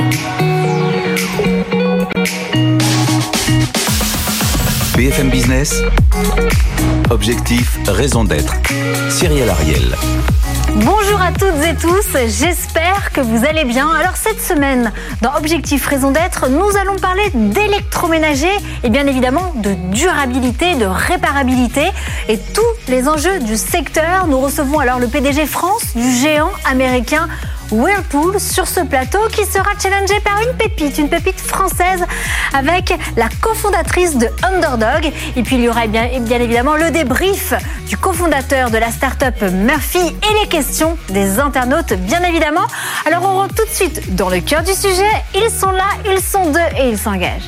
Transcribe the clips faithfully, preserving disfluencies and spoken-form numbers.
B F M Business, objectif, raison d'être. Cyrielle Ariel. Bonjour à toutes et tous, j'espère que vous allez bien. Alors cette semaine, dans Objectif Raison d'être, nous allons parler d'électroménager et bien évidemment de durabilité, de réparabilité et tous les enjeux du secteur. Nous recevons alors le P D G France du géant américain Whirlpool sur ce plateau qui sera challengé par une pépite, une pépite française avec la cofondatrice de Underdog. Et puis il y aura bien, bien évidemment le débrief du cofondateur de la start-up Murphy et les questions des internautes bien évidemment. Alors on rentre tout de suite dans le cœur du sujet. Ils sont là, ils sont deux et ils s'engagent.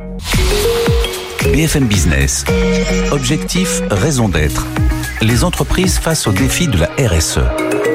B F M Business, objectif, raison d'être. Les entreprises face aux défis de la R S E.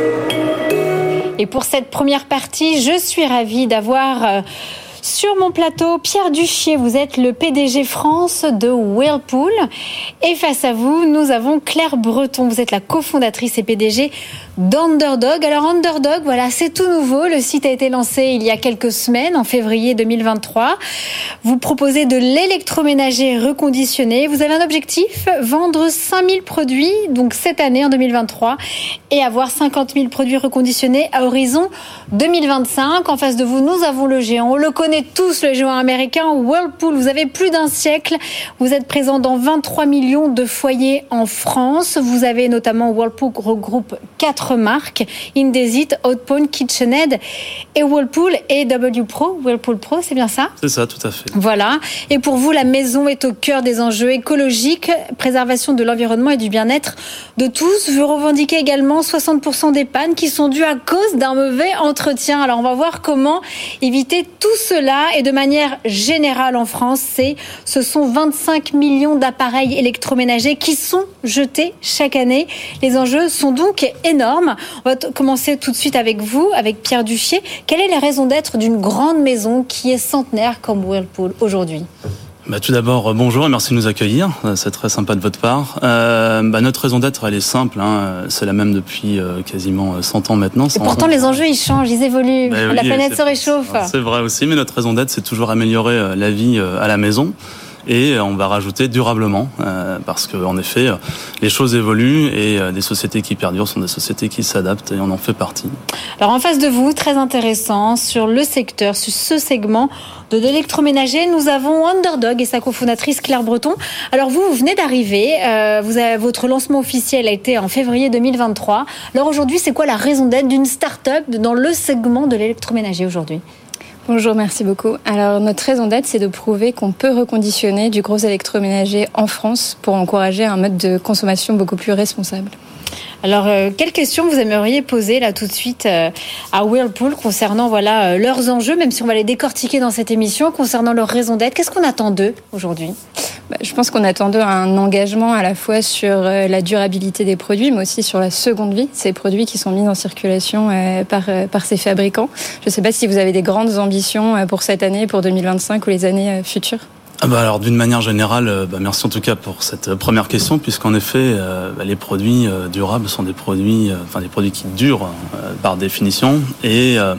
Et pour cette première partie, je suis ravie d'avoir euh, sur mon plateau Pierre Duchier. Vous êtes le P D G France de Whirlpool. Et face à vous, nous avons Claire Breton. Vous êtes la cofondatrice et P D G d'Underdog. Alors Underdog, voilà, c'est tout nouveau. Le site a été lancé il y a quelques semaines, en février deux mille vingt-trois. Vous proposez de l'électroménager reconditionné. Vous avez un objectif, vendre cinq mille produits, donc cette année en deux mille vingt-trois, et avoir cinquante mille produits reconditionnés à horizon deux mille vingt-cinq. En face de vous, nous avons le géant. On le connaît tous, le géant américain Whirlpool. Vous avez plus d'un siècle. Vous êtes présent dans vingt-trois millions de foyers en France. Vous avez notamment Whirlpool regroupe quatre marques, Indesit, Hotpoint, KitchenAid et Whirlpool et W Pro. Whirlpool Pro, c'est bien ça ? C'est ça, tout à fait. Voilà. Et pour vous, la maison est au cœur des enjeux écologiques, préservation de l'environnement et du bien-être de tous. Vous revendiquez également soixante pour cent des pannes qui sont dues à cause d'un mauvais entretien. Alors, on va voir comment éviter tout cela. Et de manière générale en France, c'est, ce sont vingt-cinq millions d'appareils électroménagers qui sont jetés chaque année. Les enjeux sont donc énormes. On va t- commencer tout de suite avec vous, avec Pierre Duchier. Quelle est la raison d'être d'une grande maison qui est centenaire comme Whirlpool aujourd'hui ? Bah, tout d'abord, bonjour et merci de nous accueillir. C'est très sympa de votre part. Euh, bah, notre raison d'être, elle est simple. Hein. C'est la même depuis euh, quasiment cent ans maintenant. Et pourtant, les enjeux, ils changent, ils évoluent. Bah, la oui, planète se réchauffe. C'est vrai aussi, mais notre raison d'être, c'est toujours améliorer la vie à la maison. Et on va rajouter durablement, euh, parce qu'en effet, les choses évoluent et euh, des sociétés qui perdurent sont des sociétés qui s'adaptent et on en fait partie. Alors en face de vous, très intéressant, sur le secteur, sur ce segment de l'électroménager, nous avons Underdog et sa cofondatrice Claire Breton. Alors vous, vous venez d'arriver, euh, vous avez, votre lancement officiel a été en février deux mille vingt-trois. Alors aujourd'hui, c'est quoi la raison d'être d'une start-up dans le segment de l'électroménager aujourd'hui ? Bonjour, merci beaucoup. Alors, notre raison d'être, c'est de prouver qu'on peut reconditionner du gros électroménager en France pour encourager un mode de consommation beaucoup plus responsable. Alors, euh, quelles questions vous aimeriez poser là tout de suite euh, à Whirlpool concernant voilà euh, leurs enjeux, même si on va les décortiquer dans cette émission, concernant leur raison d'être. Qu'est-ce qu'on attend d'eux aujourd'hui ? Bah, je pense qu'on attend d'eux un engagement à la fois sur euh, la durabilité des produits, mais aussi sur la seconde vie, ces produits qui sont mis en circulation euh, par, euh, par ces fabricants. Je ne sais pas si vous avez des grandes ambitions euh, pour cette année, pour deux mille vingt-cinq ou les années euh, futures. Ah bah alors d'une manière générale, bah merci en tout cas pour cette première question, puisqu'en effet euh, bah les produits euh, durables sont des produits, euh, enfin des produits qui durent euh, par définition, et euh,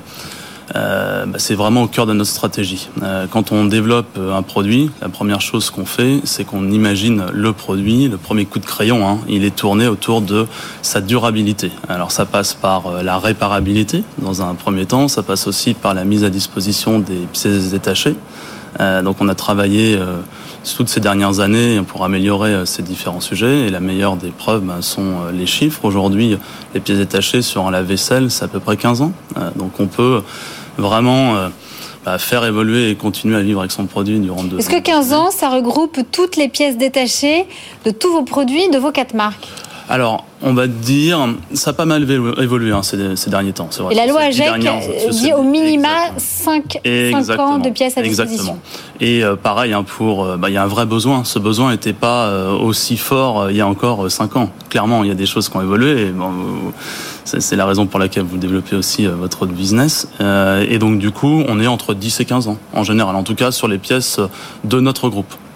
euh, bah c'est vraiment au cœur de notre stratégie. Euh, quand on développe un produit, la première chose qu'on fait, c'est qu'on imagine le produit, le premier coup de crayon, hein, il est tourné autour de sa durabilité. Alors ça passe par la réparabilité dans un premier temps, ça passe aussi par la mise à disposition des pièces détachées. Euh, donc on a travaillé euh, toutes ces dernières années pour améliorer euh, ces différents sujets, et la meilleure des preuves ben, sont euh, les chiffres. Aujourd'hui, les pièces détachées sur un lave-vaisselle, c'est à peu près quinze ans. Euh, donc on peut vraiment euh, bah, faire évoluer et continuer à vivre avec son produit durant deux ans. Est-ce que quinze ans, ça regroupe toutes les pièces détachées de tous vos produits, de vos quatre marques ? Alors, on va dire, ça a pas mal évolué hein, ces, ces derniers temps. C'est vrai. Et la loi AGEC dit au minima cinq ans de pièces à disposition. Exactement. Et euh, pareil, hein, pour, euh, bah, y a un vrai besoin. Ce besoin n'était pas euh, aussi fort euh, il y a encore cinq ans. Clairement, il y a des choses qui ont évolué. Et, bon, c'est, c'est la raison pour laquelle vous développez aussi euh, votre business. Euh, et donc, du coup, on est entre dix et quinze ans, en général. En tout cas, sur les pièces de notre groupe.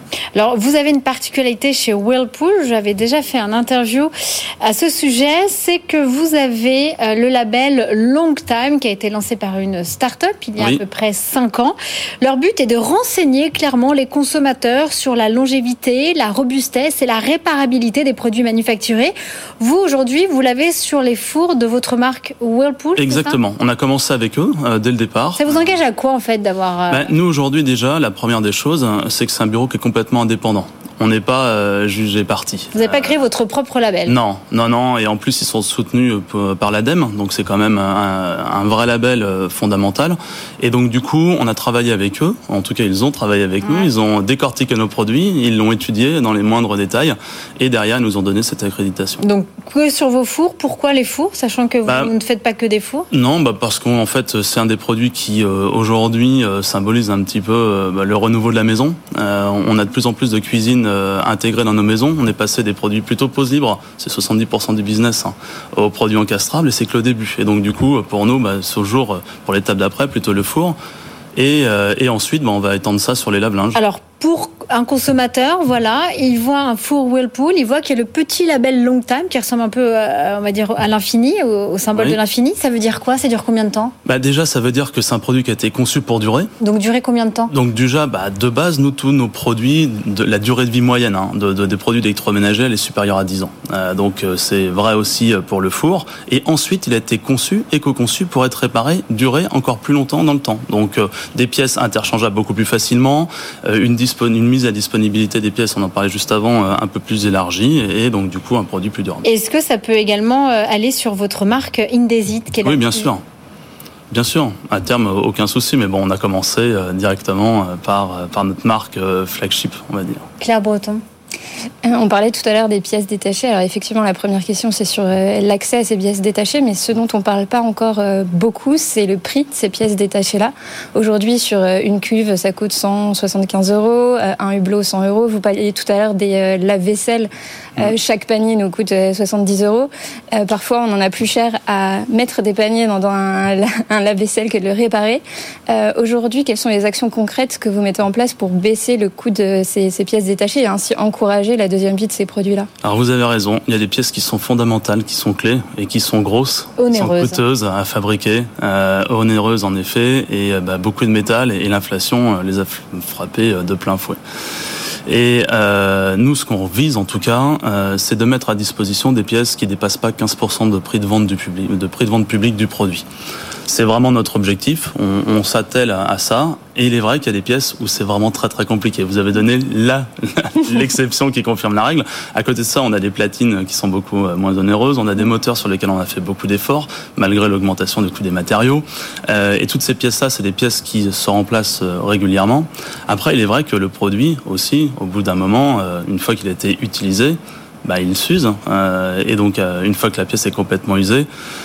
Alors, vous avez une particularité chez Whirlpool. J'avais déjà fait un interview à ce sujet. C'est que vous avez euh, le label Long Time qui a été lancé par une start-up il y a oui. à peu près cinq ans. Leur but est de renseigner clairement les consommateurs sur la longévité, la robustesse et la réparabilité des produits manufacturés. Vous, aujourd'hui, vous l'avez sur les fours de votre marque Whirlpool. Exactement. On a commencé avec eux euh, dès le départ. Ça vous engage à quoi, en fait, d'avoir... Euh... Ben, nous, aujourd'hui, déjà, la première des choses, c'est que c'est un bureau qui est complètement indépendant. On n'est pas euh, jugé parti. Vous n'avez pas créé euh, votre propre label? Non, non, non. Et en plus, ils sont soutenus par l'ADEME, donc c'est quand même un, un vrai label fondamental. Et donc, du coup, on a travaillé avec eux. En tout cas, ils ont travaillé avec ouais. nous. Ils ont décortiqué nos produits, ils l'ont étudié dans les moindres détails. Et derrière, ils nous ont donné cette accréditation. Donc, que sur vos fours? Pourquoi les fours, sachant que vous bah, ne faites pas que des fours? Non, bah parce qu'en fait, c'est un des produits qui, euh, aujourd'hui, euh, symbolise un petit peu euh, bah, le renouveau de la maison. Euh, on a de plus en plus de cuisine intégrés dans nos maisons. On est passé des produits plutôt pose libre, c'est soixante-dix pour cent du business, hein, aux produits encastrables, et c'est que le début. Et donc du coup, pour nous, bah, ce jour, pour l'étape d'après, plutôt le four. Et, euh, et ensuite, bah, on va étendre ça sur les lave-linges. Alors, pour un consommateur, voilà, il voit un four Whirlpool, il voit qu'il y a le petit label Long Time qui ressemble un peu, à, on va dire, à l'infini, au, au symbole oui. de l'infini. Ça veut dire quoi? Ça dure combien de temps? Bah déjà, ça veut dire que c'est un produit qui a été conçu pour durer. Donc durer combien de temps? Donc déjà, bah, de base, nous tous nos produits, de, la durée de vie moyenne hein, de, de, des produits d'électroménager, elle est supérieure à dix ans. Euh, donc euh, c'est vrai aussi pour le four. Et ensuite, il a été conçu, éco-conçu pour être réparé, durer encore plus longtemps dans le temps. Donc euh, des pièces interchangeables beaucoup plus facilement, euh, une, dispon- une mise à disponibilité des pièces, on en parlait juste avant, un peu plus élargie, et donc du coup un produit plus durable. Est-ce que ça peut également aller sur votre marque Indesit? Oui, bien sûr. Bien sûr, à terme, aucun souci, mais bon, on a commencé directement par, par notre marque flagship, on va dire. Claire Breton. On parlait tout à l'heure des pièces détachées. Alors effectivement, la première question, c'est sur l'accès à ces pièces détachées, mais ce dont on ne parle pas encore beaucoup, c'est le prix de ces pièces détachées-là. Aujourd'hui, sur une cuve, ça coûte cent soixante-quinze euros, un hublot cent euros. Vous parliez tout à l'heure des lave-vaisselle. Euh, chaque panier nous coûte soixante-dix euros. Euh, parfois, on en a plus cher à mettre des paniers dans, dans un, un lave-vaisselle que de le réparer. Euh, aujourd'hui, quelles sont les actions concrètes que vous mettez en place pour baisser le coût de ces, ces pièces détachées et ainsi encourager la deuxième vie de ces produits-là? Alors, vous avez raison. Il y a des pièces qui sont fondamentales, qui sont clés et qui sont grosses, onéreuses. Qui sont coûteuses à fabriquer, euh, onéreuses en effet, et bah, beaucoup de métal, et, et l'inflation les a frappées de plein fouet. Et euh, nous, ce qu'on vise en tout cas, euh, c'est de mettre à disposition des pièces qui dépassent pas quinze pour cent de prix de vente du public, de prix de vente public du produit. C'est vraiment notre objectif. On, on s'attelle à, à ça. Et il est vrai qu'il y a des pièces où c'est vraiment très très compliqué. Vous avez donné la, l'exception qui confirme la règle. À côté de ça, on a des platines qui sont beaucoup moins onéreuses. On a des moteurs sur lesquels on a fait beaucoup d'efforts, malgré l'augmentation du coût des matériaux. Euh, et toutes ces pièces-là, c'est des pièces qui se remplacent régulièrement. Après, il est vrai que le produit aussi, au bout d'un moment, euh, une fois qu'il a été utilisé, bah, il s'use. Euh, et donc, euh, une fois que la pièce est complètement usée,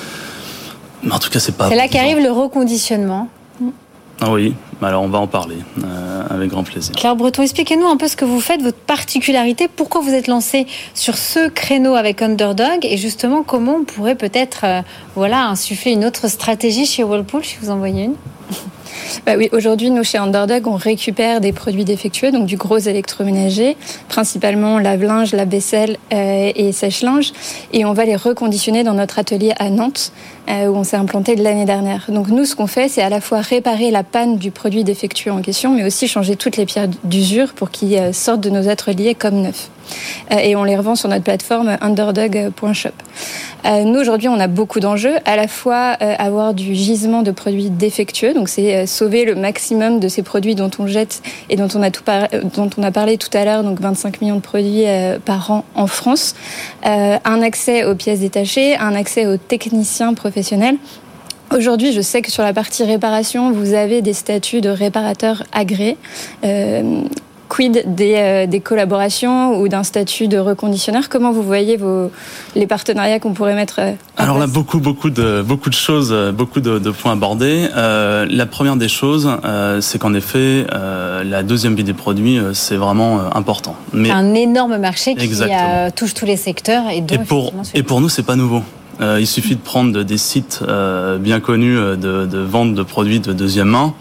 mais en tout cas, c'est pas. C'est là qu'arrive le reconditionnement. Ah oui, alors on va en parler euh, avec grand plaisir. Claire Breton, expliquez-nous un peu ce que vous faites, votre particularité, pourquoi vous êtes lancé sur ce créneau avec Underdog et justement comment on pourrait peut-être euh, voilà, insuffler une autre stratégie chez Whirlpool, si vous en voyez une. Bah oui, aujourd'hui, nous, chez Underdog, on récupère des produits défectueux, donc du gros électroménager, principalement lave-linge, lave-vaisselle euh, et sèche-linge, et on va les reconditionner dans notre atelier à Nantes, euh, où on s'est implanté l'année dernière. Donc nous, ce qu'on fait, c'est à la fois réparer la panne du produit défectueux en question, mais aussi changer toutes les pierres d'usure pour qu'ils euh, sortent de nos ateliers comme neufs. Euh, et on les revend sur notre plateforme underdog point shop. Euh, nous, aujourd'hui, on a beaucoup d'enjeux, à la fois euh, avoir du gisement de produits défectueux, donc c'est euh, sauver le maximum de ces produits dont on jette et dont on a, tout par... dont on a parlé tout à l'heure, donc vingt-cinq millions de produits euh, par an en France, euh, un accès aux pièces détachées, un accès aux techniciens professionnels. Aujourd'hui, je sais que sur la partie réparation, vous avez des statuts de réparateurs agréés. Euh, Quid des, euh, des collaborations ou d'un statut de reconditionneur? Comment vous voyez vos, les partenariats qu'on pourrait mettre euh, en Alors place? là, beaucoup, beaucoup de, beaucoup de choses, beaucoup de, de points abordés. Euh, la première des choses, euh, c'est qu'en effet, euh, la deuxième vie des produits, euh, c'est vraiment euh, important. Mais un énorme marché qui euh, touche tous les secteurs. Et, dont et, pour, et pour nous, c'est pas nouveau. Euh, il suffit de prendre des sites euh, bien connus de, de vente de produits de deuxième main.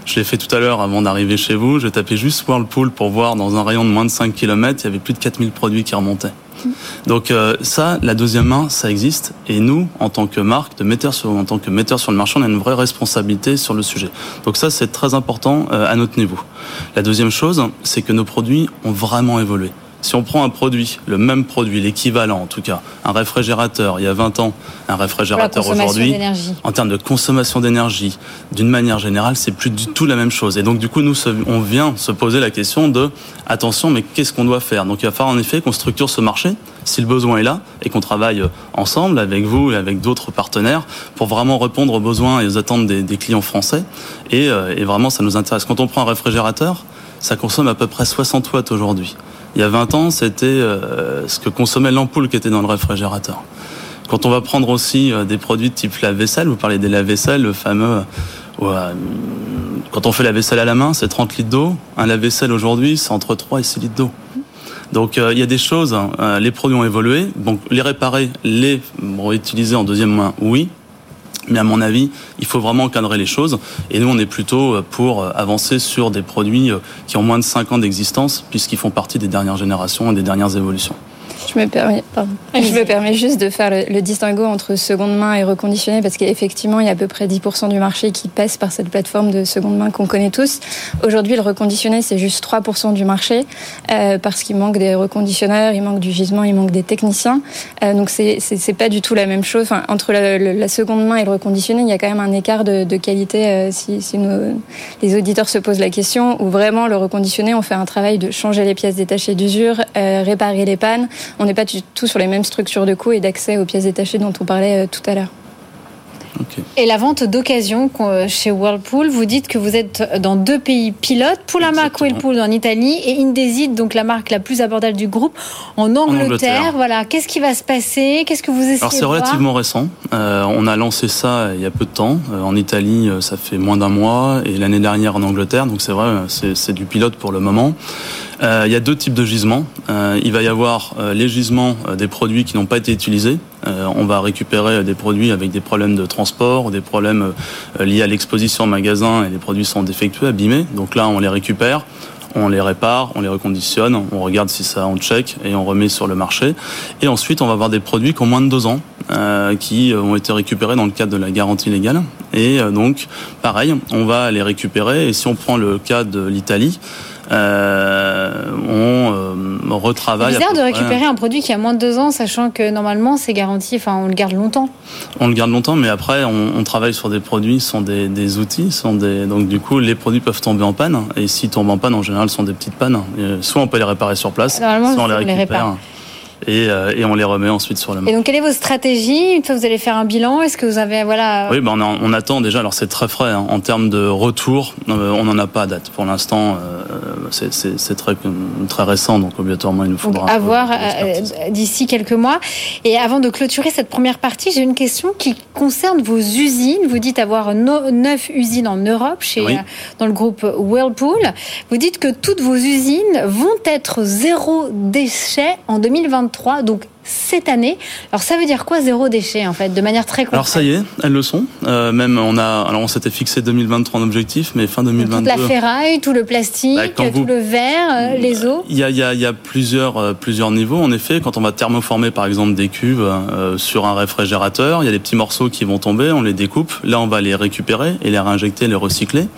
Je l'ai fait tout à l'heure avant d'arriver chez vous. Je tapais juste Whirlpool pour voir dans un rayon de moins de cinq kilomètres, il y avait plus de quatre mille produits qui remontaient. Donc euh, ça, la deuxième main, ça existe. Et nous, en tant que marque, de metteur sur, en tant que metteur sur le marché, on a une vraie responsabilité sur le sujet. Donc ça, c'est très important euh, à notre niveau. La deuxième chose, c'est que nos produits ont vraiment évolué. Si on prend un produit, le même produit, l'équivalent en tout cas, un réfrigérateur il y a vingt ans, un réfrigérateur aujourd'hui, en termes de consommation d'énergie, d'une manière générale, c'est plus du tout la même chose. Et donc du coup, nous, on vient se poser la question de, attention, mais qu'est-ce qu'on doit faire ? Donc il va falloir en effet qu'on structure ce marché, si le besoin est là, et qu'on travaille ensemble avec vous et avec d'autres partenaires pour vraiment répondre aux besoins et aux attentes des, des clients français. Et, et vraiment, ça nous intéresse. Quand on prend un réfrigérateur, ça consomme à peu près soixante watts aujourd'hui. Il y a vingt ans, c'était euh, ce que consommait l'ampoule qui était dans le réfrigérateur. Quand on va prendre aussi euh, des produits de type lave-vaisselle, vous parlez des lave-vaisselle, le fameux... Euh, quand on fait la vaisselle à la main, c'est trente litres d'eau. Un lave-vaisselle aujourd'hui, c'est entre trois et six litres d'eau. Donc euh, il y a des choses, euh, les produits ont évolué. Donc les réparer, les réutiliser en deuxième main, oui. Mais à mon avis, il faut vraiment encadrer les choses. Et nous, on est plutôt pour avancer sur des produits qui ont moins de cinq ans d'existence, puisqu'ils font partie des dernières générations et des dernières évolutions. Je me permets, pardon. Je me permets juste de faire le, le distinguo entre seconde main et reconditionné, parce qu'effectivement, il y a à peu près dix pour cent du marché qui passe par cette plateforme de seconde main qu'on connaît tous. Aujourd'hui, le reconditionné, c'est juste trois pour cent du marché, euh, parce qu'il manque des reconditionneurs, il manque du gisement, il manque des techniciens. Euh, donc, c'est, c'est, c'est pas du tout la même chose. Enfin, entre la, la, la seconde main et le reconditionné, il y a quand même un écart de, de qualité, euh, si, si nos, les auditeurs se posent la question, où vraiment, le reconditionné, on fait un travail de changer les pièces détachées d'usure, euh, réparer les pannes. On n'est pas du tout sur les mêmes structures de coûts et d'accès aux pièces détachées dont on parlait tout à l'heure. Okay. Et la vente d'occasion chez Whirlpool, vous dites que vous êtes dans deux pays pilotes, pour la marque Whirlpool en Italie et Indesit, donc la marque la plus abordable du groupe, en Angleterre. En Angleterre. Voilà. Qu'est-ce qui va se passer ? Qu'est-ce que vous essayez Alors c'est de voir ? relativement récent. Euh, on a lancé ça il y a peu de temps. Euh, en Italie, ça fait moins d'un mois, et l'année dernière en Angleterre. Donc c'est vrai, c'est, c'est du pilote pour le moment. Euh, il y a deux types de gisements. Euh, il va y avoir euh, les gisements euh, des produits qui n'ont pas été utilisés. Euh, on va récupérer des produits avec des problèmes de transport ou des problèmes euh, liés à l'exposition en magasin et les produits sont défectueux, abîmés. Donc là, on les récupère, on les répare, on les reconditionne, on regarde si ça on check et on remet sur le marché. Et ensuite, on va avoir des produits qui ont moins de deux ans, euh, qui ont été récupérés dans le cadre de la garantie légale. Et euh, donc, pareil, on va les récupérer. Et si on prend le cas de l'Italie, Euh, on euh, retravaille. C'est bizarre de récupérer un produit qui a moins de deux ans, sachant que normalement c'est garanti, enfin on le garde longtemps. On le garde longtemps, mais après on, on travaille sur des produits, ce sont des, des outils, sont des, donc du coup les produits peuvent tomber en panne, et s'ils tombent en panne, en général, ce sont des petites pannes. Et soit on peut les réparer sur place, soit on les récupère. Et, euh, et on les remet ensuite sur le marché. Et donc, quelle est votre stratégie une fois que vous allez faire un bilan ? Est-ce que vous avez, voilà... Oui, ben on, a, on attend déjà. Alors, c'est très frais hein, en termes de retour. Euh, on n'en a pas à date pour l'instant. Euh, c'est, c'est, c'est très très récent, donc obligatoirement il nous faudra. Donc, à voir euh, d'ici quelques mois. Et avant de clôturer cette première partie, j'ai une question qui concerne vos usines. Vous dites avoir neuf usines en Europe, chez oui. euh, dans le groupe Whirlpool. Vous dites que toutes vos usines vont être zéro déchet en deux mille vingt-trois. Donc cette année. Alors ça veut dire quoi zéro déchet en fait, de manière très concrète ? Alors ça y est, elles le sont. Euh, même on a, alors on s'était fixé deux mille vingt-trois en objectif, mais fin deux mille vingt-deux. Toute la ferraille, tout le plastique, bah, tout vous... le verre, euh, les eaux. Il y a, il y a, il y a plusieurs, euh, plusieurs niveaux. En effet, quand on va thermoformer par exemple des cuves euh, sur un réfrigérateur, il y a des petits morceaux qui vont tomber, on les découpe. Là, on va les récupérer et les réinjecter, les recycler.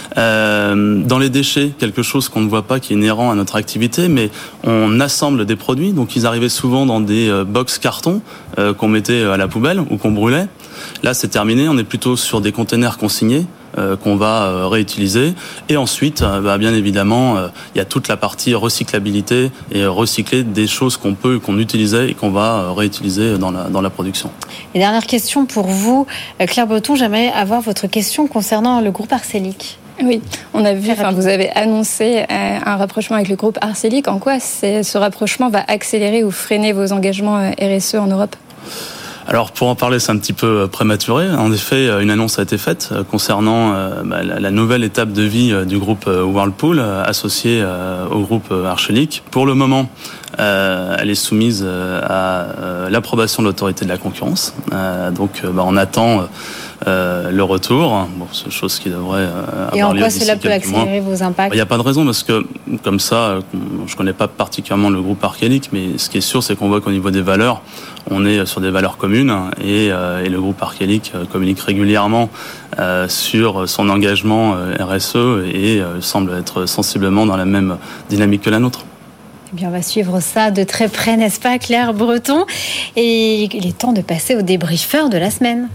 Euh, dans les déchets, quelque chose qu'on ne voit pas, qui est inhérent à notre activité, mais on assemble des produits. Donc ils arrivaient souvent dans des des box carton euh, qu'on mettait à la poubelle ou qu'on brûlait. Là, c'est terminé. On est plutôt sur des containers consignés euh, qu'on va euh, réutiliser. Et ensuite, euh, bah, bien évidemment, il euh, y a toute la partie recyclabilité et recycler des choses qu'on peut, qu'on utilisait et qu'on va euh, réutiliser dans la, dans la production. Et dernière question pour vous, Claire Breton. J'aimerais avoir votre question concernant le groupe Arcelic. Oui, on a vu, enfin, vous avez annoncé un rapprochement avec le groupe Arcelic. En quoi c'est, ce rapprochement va accélérer ou freiner vos engagements R S E en Europe ? Alors pour en parler, c'est un petit peu prématuré. En effet, une annonce a été faite concernant bah, la nouvelle étape de vie du groupe Whirlpool associé au groupe Arcelic. Pour le moment, euh, elle est soumise à l'approbation de l'autorité de la concurrence. Euh, donc bah, on attend euh, le retour. Bon, c'est chose qui devrait euh, avoir lieu. Et en quoi cela peut accélérer vos impacts ? Il n'y a pas de raison parce que, comme ça, je ne connais pas particulièrement le groupe Archélique, mais ce qui est sûr, c'est qu'on voit qu'au niveau des valeurs, on est sur des valeurs communes et, euh, et le groupe Archélique communique régulièrement euh, sur son engagement euh, R S E et euh, semble être sensiblement dans la même dynamique que la nôtre. Eh bien, on va suivre ça de très près, n'est-ce pas, Claire Breton ? Et il est temps de passer au débriefeur de la semaine.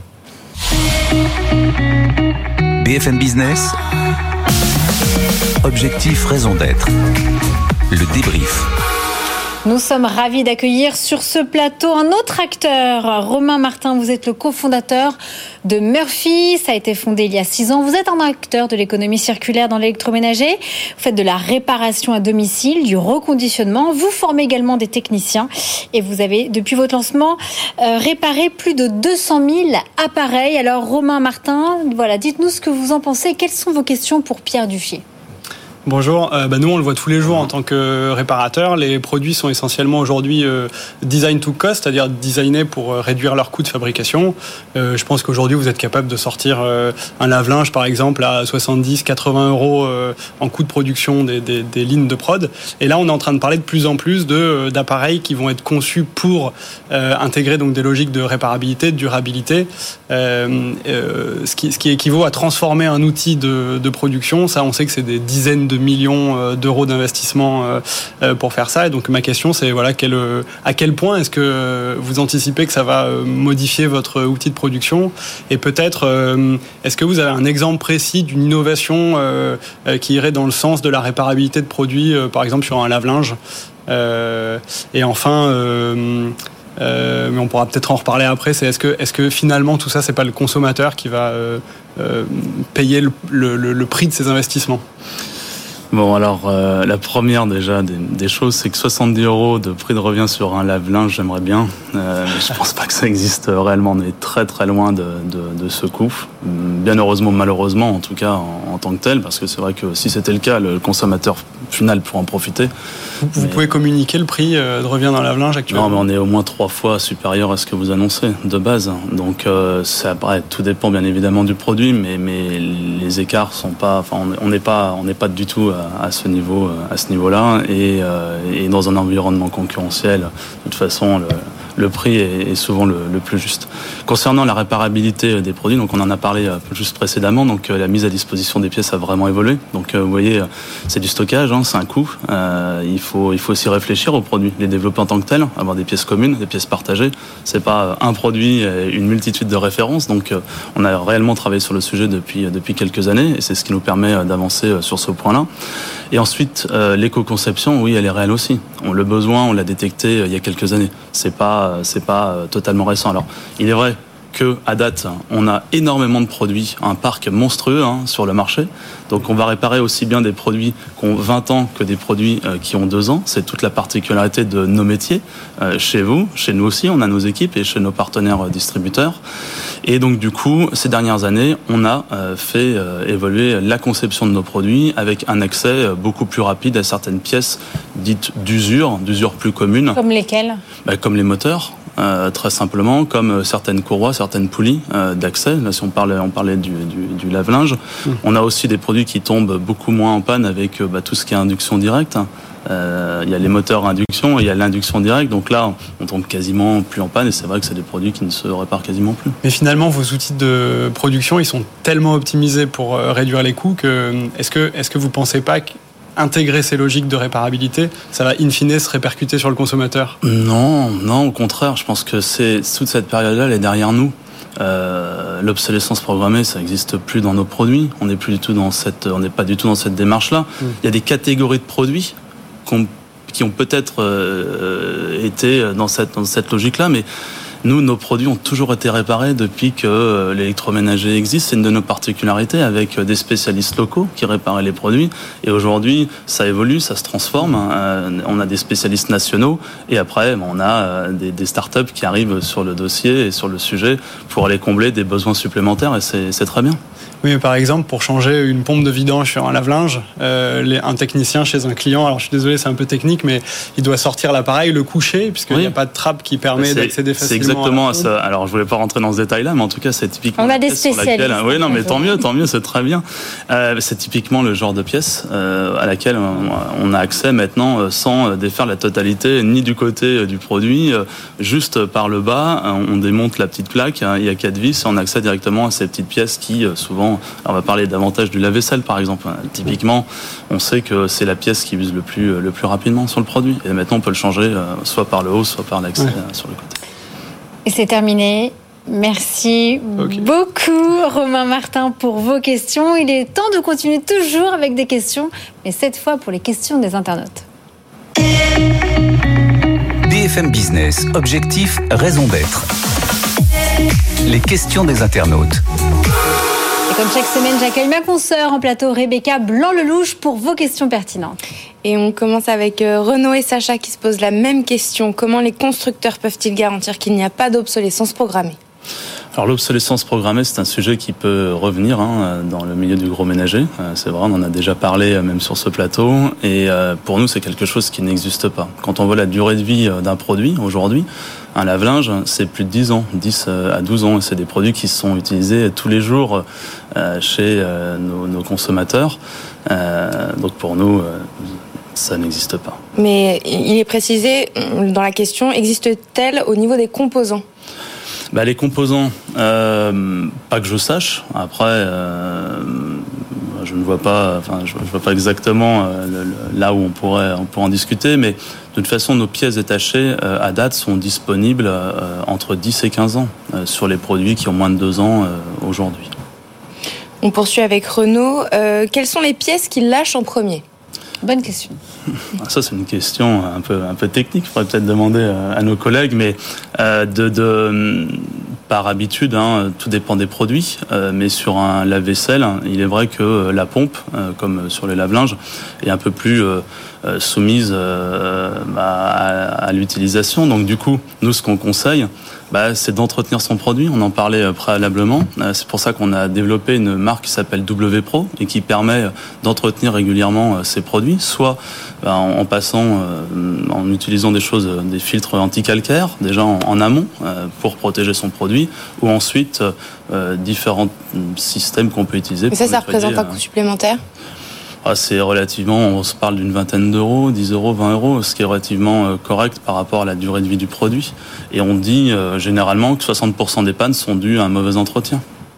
B F M Business, Objectif, raison d'être. Le débrief. Nous sommes ravis d'accueillir sur ce plateau un autre acteur. Romain Martin, vous êtes le cofondateur de Murphy. Ça a été fondé il y a six ans. Vous êtes un acteur de l'économie circulaire dans l'électroménager. Vous faites de la réparation à domicile, du reconditionnement. Vous formez également des techniciens. Et vous avez, depuis votre lancement, euh, réparé plus de deux cent mille appareils. Alors, Romain Martin, voilà, dites-nous ce que vous en pensez. Quelles sont vos questions pour Pierre Duffier ? Bonjour, euh, bah nous on le voit tous les jours en tant que réparateur. Les produits sont essentiellement aujourd'hui euh, design to cost, c'est-à-dire designés pour euh, réduire leur coût de fabrication. Euh, je pense qu'aujourd'hui vous êtes capable de sortir euh, un lave-linge par exemple à soixante-dix à quatre-vingts euros euh, en coût de production des, des, des lignes de prod. Et là on est en train de parler de plus en plus de, euh, d'appareils qui vont être conçus pour euh, intégrer donc des logiques de réparabilité, de durabilité, euh, euh, ce, qui, ce qui équivaut à transformer un outil de, de production. Ça on sait que c'est des dizaines de de millions d'euros d'investissement pour faire ça. Et donc ma question c'est voilà, quel, à quel point est-ce que vous anticipez que ça va modifier votre outil de production, et peut-être est-ce que vous avez un exemple précis d'une innovation qui irait dans le sens de la réparabilité de produits, par exemple sur un lave-linge. Et enfin euh, Euh, mais on pourra peut-être en reparler après, c'est est-ce que, est-ce que finalement tout ça c'est pas le consommateur qui va euh, euh, payer le, le, le prix de ses investissements? Bon, alors, euh, la première déjà des, des choses, c'est que soixante-dix euros de prix de revient sur un lave-linge, j'aimerais bien. Euh, mais je pense pas que ça existe réellement. On est très très loin de, de, de ce coût. Bien heureusement, malheureusement, en tout cas en, en tant que tel, parce que c'est vrai que si c'était le cas, le consommateur final pourrait en profiter. Vous, vous mais... pouvez communiquer le prix de revient d'un lave-linge actuellement? Non, mais on est au moins trois fois supérieur à ce que vous annoncez de base. Donc, euh, ça, après, tout dépend bien évidemment du produit, mais, mais les écarts sont pas, enfin, on n'est pas, on n'est pas du tout à, à ce niveau, à ce niveau-là, et, euh, et dans un environnement concurrentiel, de toute façon, le, le prix est, est souvent le, le plus juste. Concernant la réparabilité des produits, donc on en a parlé un peu juste précédemment, donc la mise à disposition des pièces a vraiment évolué. Donc vous voyez, c'est du stockage, hein, c'est un coût. Euh, il faut, il faut aussi réfléchir aux produits, les développer en tant que tels, avoir des pièces communes, des pièces partagées. C'est pas un produit, une multitude de références. Donc on a réellement travaillé sur le sujet depuis depuis quelques années, et c'est ce qui nous permet d'avancer sur ce point-là. Et ensuite, euh, l'éco-conception, oui, elle est réelle aussi. On, le besoin, on l'a détecté euh, il y a quelques années. C'est pas, c'est pas euh, totalement récent. Alors, il est vrai que à date, on a énormément de produits, un parc monstrueux hein, sur le marché. Donc, on va réparer aussi bien des produits qui ont vingt ans que des produits euh, qui ont deux ans. C'est toute la particularité de nos métiers. Euh, chez vous, chez nous aussi, on a nos équipes et chez nos partenaires euh, distributeurs. Et donc, du coup, ces dernières années, on a euh, fait euh, évoluer la conception de nos produits avec un accès euh, beaucoup plus rapide à certaines pièces dites d'usure, d'usure plus commune. Comme lesquelles ? Bah, comme les moteurs. Euh, très simplement, comme certaines courroies, certaines poulies euh, d'accès. Là, si on parlait, on parlait du, du, du lave-linge, mmh. on a aussi des produits qui tombent beaucoup moins en panne avec euh, bah, tout ce qui est induction directe. Euh, il y a les moteurs à induction et il y a l'induction directe. Donc là, on tombe quasiment plus en panne, et c'est vrai que c'est des produits qui ne se réparent quasiment plus. Mais finalement, vos outils de production, ils sont tellement optimisés pour euh, réduire les coûts que est-ce que est-ce que vous pensez pas que intégrer ces logiques de réparabilité, ça va in fine se répercuter sur le consommateur? Non, non, au contraire, je pense que c'est toute cette période-là, elle est derrière nous. Euh, l'obsolescence programmée, ça n'existe plus dans nos produits. On n'est plus du tout dans cette, on n'est pas du tout dans cette démarche-là. Mmh. Il y a des catégories de produits qu'on, qui ont peut-être euh, été dans cette, dans cette logique-là, mais nous, nos produits ont toujours été réparés depuis que l'électroménager existe. C'est une de nos particularités, avec des spécialistes locaux qui réparaient les produits. Et aujourd'hui, ça évolue, ça se transforme. On a des spécialistes nationaux, et après, on a des, des startups qui arrivent sur le dossier et sur le sujet pour aller combler des besoins supplémentaires, et c'est, c'est très bien. Oui, mais par exemple, pour changer une pompe de vidange sur un lave-linge, euh, les, un technicien chez un client, alors je suis désolé, c'est un peu technique, mais il doit sortir l'appareil, le coucher, puisqu'il n'y oui. a pas de trappe qui permet c'est, d'accéder facilement. C'est exactement à ça. Alors, je voulais pas rentrer dans ce détail-là, mais en tout cas, c'est typiquement. On a des spécialistes. Laquelle... Oui, non, mais tant mieux, tant mieux, c'est très bien. Euh, c'est typiquement le genre de pièce euh, à laquelle on, on a accès maintenant sans défaire la totalité, ni du côté du produit, euh, juste par le bas, on démonte la petite plaque, hein, il y a quatre vis, et on accède directement à ces petites pièces qui, euh, souvent, on va parler davantage du lave-vaisselle, par exemple. Typiquement, on sait que c'est la pièce qui use le plus, le plus rapidement sur le produit. Et maintenant, on peut le changer euh, soit par le haut, soit par l'accès ouais. euh, sur le côté. Et c'est terminé. Merci okay. beaucoup, Romain Martin, pour vos questions. Il est temps de continuer toujours avec des questions, mais cette fois pour les questions des internautes. B F M Business, objectif, raison d'être. Les questions des internautes. Et comme chaque semaine, j'accueille ma consoeur en plateau, Rebecca Blanc-Lelouch, pour vos questions pertinentes. Et on commence avec Renaud et Sacha qui se posent la même question. Comment les constructeurs peuvent-ils garantir qu'il n'y a pas d'obsolescence programmée ? Alors l'obsolescence programmée, c'est un sujet qui peut revenir hein, dans le milieu du gros ménager. C'est vrai, on en a déjà parlé même sur ce plateau. Et pour nous, c'est quelque chose qui n'existe pas. Quand on voit la durée de vie d'un produit aujourd'hui, un lave-linge, c'est plus de dix ans, dix à douze ans. Et c'est des produits qui sont utilisés tous les jours chez nos, nos consommateurs. Donc pour nous, ça n'existe pas. Mais il est précisé dans la question, existe-t-elle au niveau des composants ? Bah, les composants, euh, pas que je sache. Après, euh, je ne vois pas, enfin, je, je vois pas exactement euh, le, le, là où on pourrait, on pourrait en discuter. Mais de toute façon, nos pièces détachées euh, à date sont disponibles euh, entre dix et quinze ans euh, sur les produits qui ont moins de deux ans euh, aujourd'hui. On poursuit avec Renaud. Euh, quelles sont les pièces qui lâchent en premier ? Bonne question. Ça, c'est une question un peu, un peu technique. Il faudrait peut-être demander à nos collègues, mais euh, de, de, par habitude, hein, tout dépend des produits. Euh, mais sur un lave-vaisselle, il est vrai que la pompe, euh, comme sur les lave-linges, est un peu plus euh, soumise euh, à, à l'utilisation. Donc, du coup, nous, ce qu'on conseille, bah, c'est d'entretenir son produit. On en parlait préalablement. C'est pour ça qu'on a développé une marque qui s'appelle W Pro et qui permet d'entretenir régulièrement ses produits, soit bah, en passant, euh, en utilisant des choses, des filtres anti-calcaire, déjà en, en amont, euh, pour protéger son produit, ou ensuite euh, différents systèmes qu'on peut utiliser. Mais ça, ça représente un coût supplémentaire ? Ah, c'est relativement, on se parle d'une vingtaine d'euros, dix euros, vingt euros, ce qui est relativement correct par rapport à la durée de vie du produit. Et on dit euh, généralement que soixante pour cent des pannes sont dues à un mauvais entretien.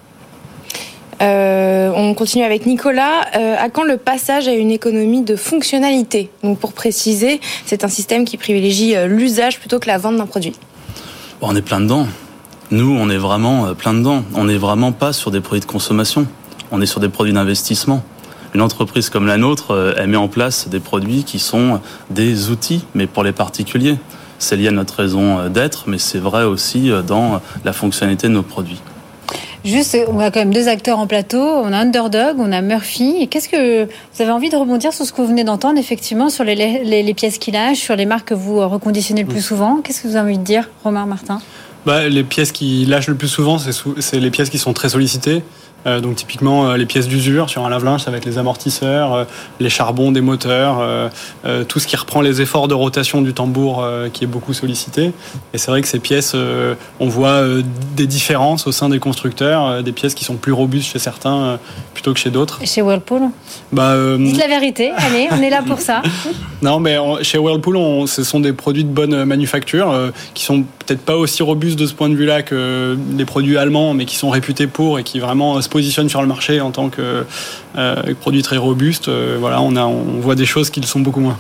Euh, on continue avec Nicolas. Euh, à quand le passage à une économie de fonctionnalité ? Donc pour préciser, c'est un système qui privilégie l'usage plutôt que la vente d'un produit. Bon, on est plein dedans. Nous, on est vraiment plein dedans. On n'est vraiment pas sur des produits de consommation. On est sur des produits d'investissement. Une entreprise comme la nôtre, elle met en place des produits qui sont des outils, mais pour les particuliers. C'est lié à notre raison d'être, mais c'est vrai aussi dans la fonctionnalité de nos produits. Juste, on a quand même deux acteurs en plateau. On a Underdog, on a Murphy. Et qu'est-ce que vous avez envie de rebondir sur ce que vous venez d'entendre, effectivement, sur les, les, les pièces qui lâchent, sur les marques que vous reconditionnez le plus souvent ? Qu'est-ce que vous avez envie de dire, Romain Martin ? Bah, les pièces qui lâchent le plus souvent, c'est, sou- c'est les pièces qui sont très sollicitées. Euh, donc typiquement euh, les pièces d'usure sur un lave-linge, ça va être les amortisseurs, euh, les charbons des moteurs, euh, euh, tout ce qui reprend les efforts de rotation du tambour euh, qui est beaucoup sollicité. Et c'est vrai que ces pièces, euh, on voit euh, des différences au sein des constructeurs, euh, des pièces qui sont plus robustes chez certains euh, plutôt que chez d'autres. Et chez Whirlpool ? Bah, euh... Dites la vérité, allez, on est là pour ça. Non, mais on, chez Whirlpool, on, ce sont des produits de bonne manufacture euh, qui sont peut-être pas aussi robustes de ce point de vue-là que les produits allemands, mais qui sont réputés pour et qui vraiment se positionnent sur le marché en tant que euh, produits très robustes. Euh, voilà, on, a, on voit des choses qui le sont beaucoup moins.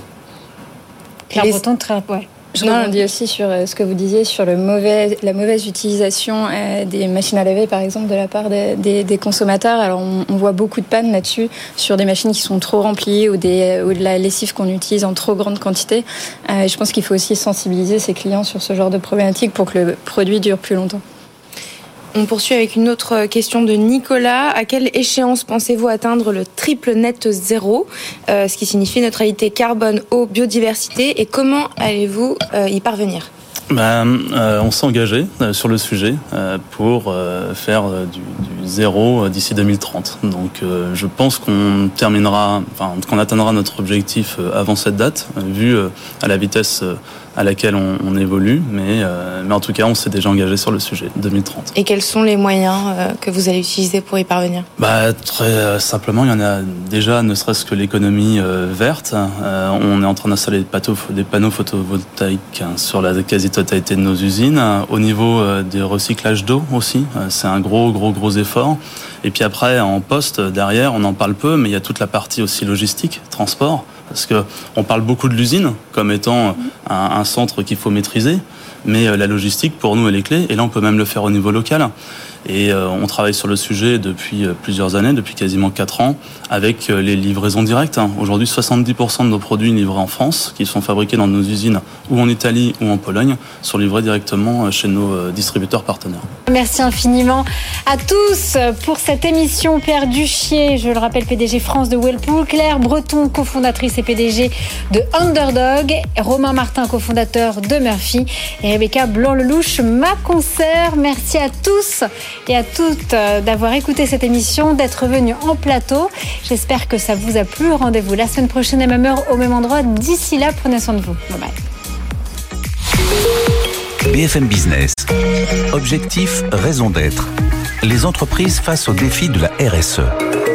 Claire Breton, très... Ouais. Je rebondis aussi sur ce que vous disiez sur le mauvais, la mauvaise utilisation des machines à laver, par exemple, de la part des, des, des consommateurs. Alors, on, on voit beaucoup de pannes là-dessus, sur des machines qui sont trop remplies ou, des, ou de la lessive qu'on utilise en trop grande quantité. Euh, je pense qu'il faut aussi sensibiliser ses clients sur ce genre de problématique pour que le produit dure plus longtemps. On poursuit avec une autre question de Nicolas. À quelle échéance pensez-vous atteindre le triple net zéro, euh, ce qui signifie neutralité carbone, eau, biodiversité, et comment allez-vous euh, y parvenir ? Ben, euh, on s'est engagé euh, sur le sujet euh, pour euh, faire euh, du, du, zéro d'ici deux mille trente. Donc euh, je pense qu'on terminera, enfin qu'on atteindra notre objectif avant cette date, vu euh, à la vitesse euh, à laquelle on, on évolue, mais, euh, mais en tout cas on s'est déjà engagé sur le sujet, deux mille trente. Et quels sont les moyens euh, que vous allez utiliser pour y parvenir ? Bah, très euh, simplement, il y en a déjà, ne serait-ce que l'économie euh, verte. Euh, on est en train d'installer des, pato- des panneaux photovoltaïques hein, sur la quasi-totalité de nos usines. Au niveau euh, des recyclages d'eau aussi, euh, c'est un gros, gros, gros effort. Et puis après, en poste, derrière, on en parle peu, mais il y a toute la partie aussi logistique, transport. Parce que on parle beaucoup de l'usine comme étant un, un centre qu'il faut maîtriser, mais la logistique, pour nous, elle est clé. Et là, on peut même le faire au niveau local. Et euh, on travaille sur le sujet depuis plusieurs années, depuis quasiment quatre ans, avec les livraisons directes. Aujourd'hui, soixante-dix pour cent de nos produits livrés en France, qui sont fabriqués dans nos usines ou en Italie ou en Pologne, sont livrés directement chez nos distributeurs partenaires. Merci infiniment à tous pour cette émission. Pierre Duchier, je le rappelle, P D G France de Whirlpool, Claire Breton, cofondatrice et P D G de Underdog, Romain Martin, cofondateur de Murphy, et Rebecca Blanc-Lelouch, ma consoeur. Merci à tous et à toutes d'avoir écouté cette émission, d'être venus en plateau. J'espère que ça vous a plu. Rendez-vous la semaine prochaine à même heure, au même endroit. D'ici là, prenez soin de vous. Bye bye. B F M Business. Objectif, raison d'être. Les entreprises face aux défis de la R S E.